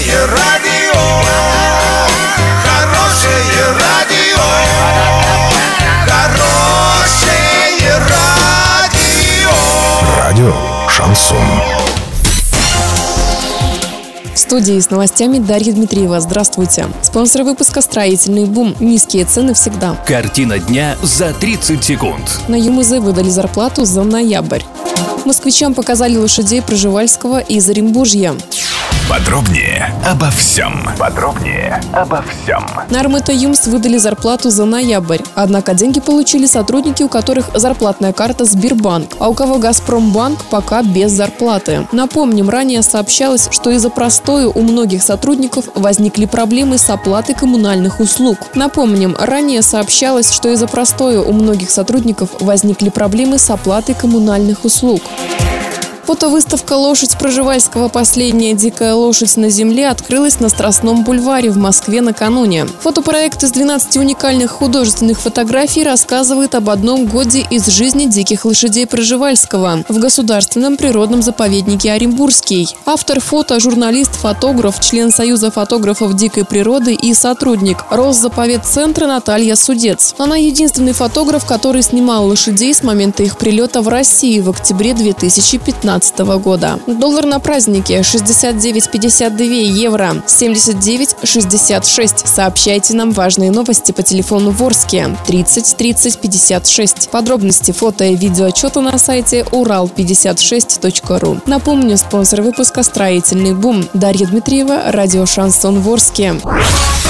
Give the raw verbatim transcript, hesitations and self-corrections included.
Хорошее радио, хорошее радио, хорошее радио. Радио Шансон. В студии с новостями Дарья Дмитриева. Здравствуйте. Спонсор выпуска «Строительный бум». Низкие цены всегда. Картина дня за тридцать секунд. На ЮМЗ выдали зарплату за ноябрь. Москвичам показали лошадей Пржевальского из Оренбуржья. Подробнее обо всем. Подробнее обо всем. На РМТ-ЮМС выдали зарплату за ноябрь. Однако деньги получили сотрудники, у которых зарплатная карта Сбербанк, а у кого Газпромбанк пока без зарплаты. Напомним, ранее сообщалось, что из-за простоя у многих сотрудников возникли проблемы с оплатой коммунальных услуг. Напомним, ранее сообщалось, что из-за простоя у многих сотрудников возникли проблемы с оплатой коммунальных услуг. Фотовыставка «Лошадь Пржевальского. Последняя дикая лошадь на земле» открылась на Страстном бульваре в Москве накануне. Фотопроект из двенадцати уникальных художественных фотографий рассказывает об одном годе из жизни диких лошадей Пржевальского в Государственном природном заповеднике Оренбургский. Автор фото – журналист, фотограф, член Союза фотографов дикой природы и сотрудник Росзаповедцентра Наталья Судец. Она единственный фотограф, который снимал лошадей с момента их прилета в Россию в октябре две тысячи пятнадцатого года. Доллар на празднике шестьдесят девять пятьдесят два, евро семьдесят девять шестьдесят шесть. Сообщайте нам важные новости по телефону Ворске тридцать тридцать пятьдесят шесть. Подробности, фото и видеоотчета на сайте урал пятьдесят шесть точка ру. Напомню, спонсор выпуска «Строительный бум». Дарья Дмитриева, радио Шансон Ворске.